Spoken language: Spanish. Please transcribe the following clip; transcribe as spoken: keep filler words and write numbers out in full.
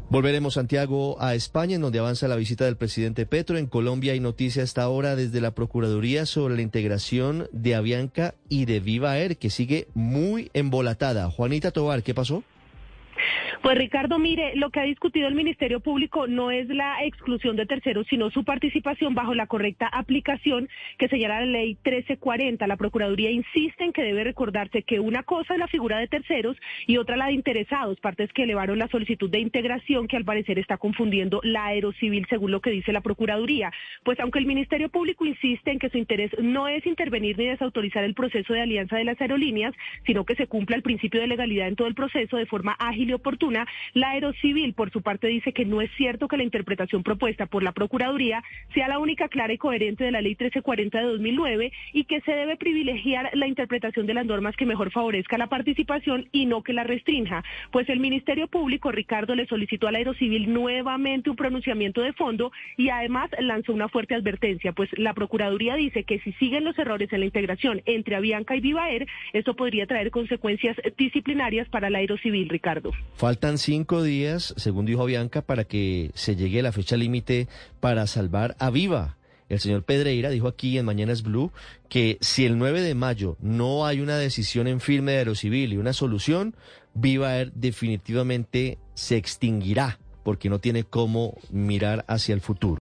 Volveremos, Santiago, a España, en donde avanza la visita del presidente Petro. En Colombia hay noticia hasta ahora desde la Procuraduría sobre la integración de Avianca y de Viva Air, que sigue muy embolatada. Juanita Tovar, ¿qué pasó? Pues Ricardo, mire, lo que ha discutido el Ministerio Público no es la exclusión de terceros, sino su participación bajo la correcta aplicación que señala la ley trece cuarenta. La Procuraduría insiste en que debe recordarse que una cosa es la figura de terceros y otra la de interesados, partes que elevaron la solicitud de integración que al parecer está confundiendo la aerocivil, según lo que dice la Procuraduría. Pues aunque el Ministerio Público insiste en que su interés no es intervenir ni desautorizar el proceso de alianza de las aerolíneas, sino que se cumpla el principio de legalidad en todo el proceso de forma ágil y oportuna, la Aerocivil, por su parte, dice que no es cierto que la interpretación propuesta por la Procuraduría sea la única clara y coherente de la ley trece cuarenta de dos mil nueve y que se debe privilegiar la interpretación de las normas que mejor favorezca la participación y no que la restrinja. Pues el Ministerio Público, Ricardo, le solicitó a la Aerocivil nuevamente un pronunciamiento de fondo y además lanzó una fuerte advertencia, pues la Procuraduría dice que si siguen los errores en la integración entre Avianca y Viva Air, esto podría traer consecuencias disciplinarias para la Aerocivil, Ricardo. Faltan cinco días, según dijo Avianca, para que se llegue la fecha límite para salvar a Viva. El señor Pedreira dijo aquí en Mañanas Blue que si el nueve de mayo no hay una decisión en firme de Aerocivil y una solución, Viva Air definitivamente se extinguirá porque no tiene cómo mirar hacia el futuro.